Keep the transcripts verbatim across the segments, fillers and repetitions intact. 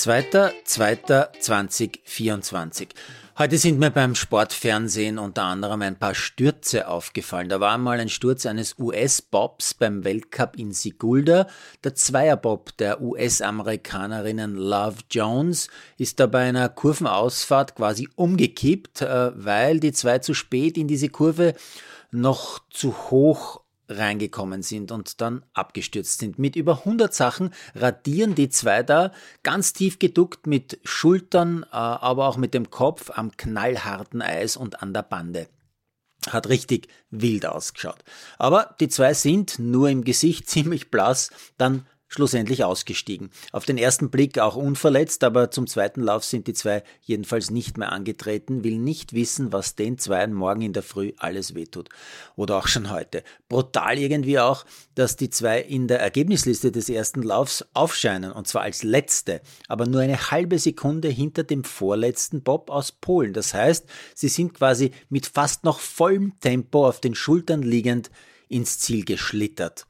zweiter zweiter zweitausendvierundzwanzig. Heute sind mir beim Sportfernsehen unter anderem ein paar Stürze aufgefallen. Da war einmal ein Sturz eines U S-Bobs beim Weltcup in Sigulda. Der Zweierbob der U S-Amerikanerinnen Love Jones ist da bei einer Kurvenausfahrt quasi umgekippt, weil die zwei zu spät in diese Kurve noch zu hoch reingekommen sind und dann abgestürzt sind. Mit über hundert Sachen radieren die zwei da ganz tief geduckt mit Schultern, aber auch mit dem Kopf am knallharten Eis und an der Bande. Hat richtig wild ausgeschaut. Aber die zwei sind nur im Gesicht ziemlich blass, dann schlussendlich ausgestiegen. Auf den ersten Blick auch unverletzt, aber zum zweiten Lauf sind die zwei jedenfalls nicht mehr angetreten, will nicht wissen, was den Zweien morgen in der Früh alles wehtut. Oder auch schon heute. Brutal irgendwie auch, dass die zwei in der Ergebnisliste des ersten Laufs aufscheinen, und zwar als letzte, aber nur eine halbe Sekunde hinter dem vorletzten Bob aus Polen. Das heißt, sie sind quasi mit fast noch vollem Tempo auf den Schultern liegend ins Ziel geschlittert.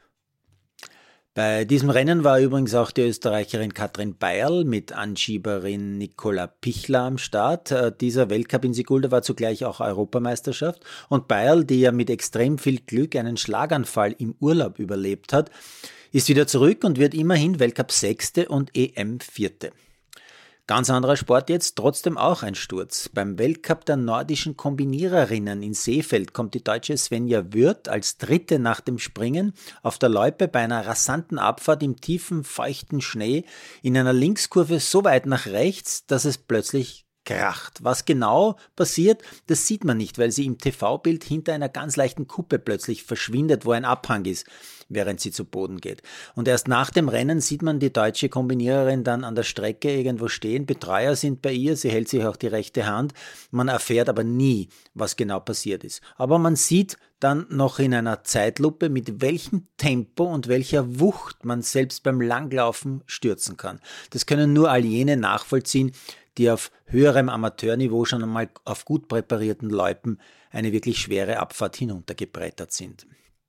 Bei diesem Rennen war übrigens auch die Österreicherin Katrin Beierl mit Anschieberin Nicola Pichler am Start. Dieser Weltcup in Sigulda war zugleich auch Europameisterschaft und Beierl, die ja mit extrem viel Glück einen Schlaganfall im Urlaub überlebt hat, ist wieder zurück und wird immerhin Weltcup-Sechste und E M-Vierte. Ganz anderer Sport jetzt, trotzdem auch ein Sturz. Beim Weltcup der nordischen Kombiniererinnen in Seefeld kommt die deutsche Svenja Würth als Dritte nach dem Springen auf der Loipe bei einer rasanten Abfahrt im tiefen, feuchten Schnee in einer Linkskurve so weit nach rechts, dass es plötzlich kracht. Was genau passiert, das sieht man nicht, weil sie im T V-Bild hinter einer ganz leichten Kuppe plötzlich verschwindet, wo ein Abhang ist, während sie zu Boden geht. Und erst nach dem Rennen sieht man die deutsche Kombiniererin dann an der Strecke irgendwo stehen. Betreuer sind bei ihr, sie hält sich auch die rechte Hand. Man erfährt aber nie, was genau passiert ist. Aber man sieht dann noch in einer Zeitlupe, mit welchem Tempo und welcher Wucht man selbst beim Langlaufen stürzen kann. Das können nur all jene nachvollziehen, die auf höherem Amateurniveau schon einmal auf gut präparierten Loipen eine wirklich schwere Abfahrt hinuntergebrettert sind.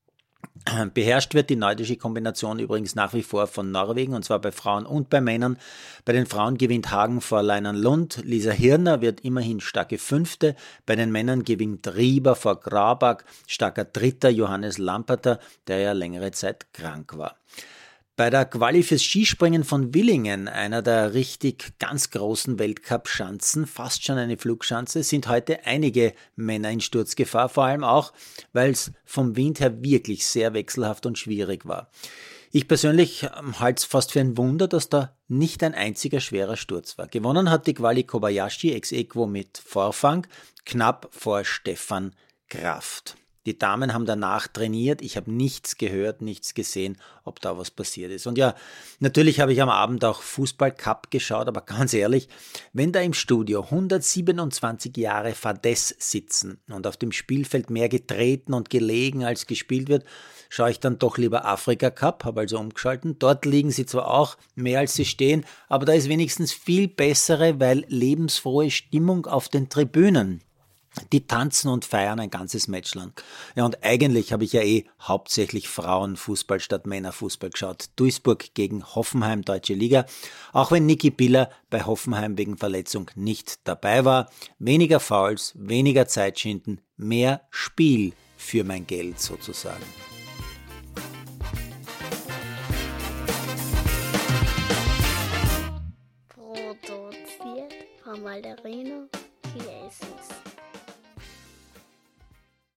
Beherrscht wird die nordische Kombination übrigens nach wie vor von Norwegen, und zwar bei Frauen und bei Männern. Bei den Frauen gewinnt Hagen vor Leinan Lund, Lisa Hirner wird immerhin starke Fünfte, bei den Männern gewinnt Rieber vor Graubach, starker Dritter Johannes Lamperter, der ja längere Zeit krank war. Bei der Quali fürs Skispringen von Willingen, einer der richtig ganz großen Weltcup-Schanzen, fast schon eine Flugschanze, sind heute einige Männer in Sturzgefahr, vor allem auch, weil es vom Wind her wirklich sehr wechselhaft und schwierig war. Ich persönlich halte es fast für ein Wunder, dass da nicht ein einziger schwerer Sturz war. Gewonnen hat die Quali Kobayashi ex aequo mit Vorfang, knapp vor Stefan Kraft. Die Damen haben danach trainiert, ich habe nichts gehört, nichts gesehen, ob da was passiert ist. Und ja, natürlich habe ich am Abend auch Fußball-Cup geschaut, aber ganz ehrlich, wenn da im Studio hundertsiebenundzwanzig Jahre Fadess sitzen und auf dem Spielfeld mehr getreten und gelegen als gespielt wird, schaue ich dann doch lieber Afrika-Cup, habe also umgeschalten. Dort liegen sie zwar auch mehr als sie stehen, aber da ist wenigstens viel bessere, weil lebensfrohe Stimmung auf den Tribünen. Die tanzen und feiern ein ganzes Match lang. Ja, und eigentlich habe ich ja eh hauptsächlich Frauenfußball statt Männerfußball geschaut. Duisburg gegen Hoffenheim, Deutsche Liga. Auch wenn Niki Biller bei Hoffenheim wegen Verletzung nicht dabei war. Weniger Fouls, weniger Zeitschinden, mehr Spiel für mein Geld sozusagen. Produziert von Malderino Chiesis.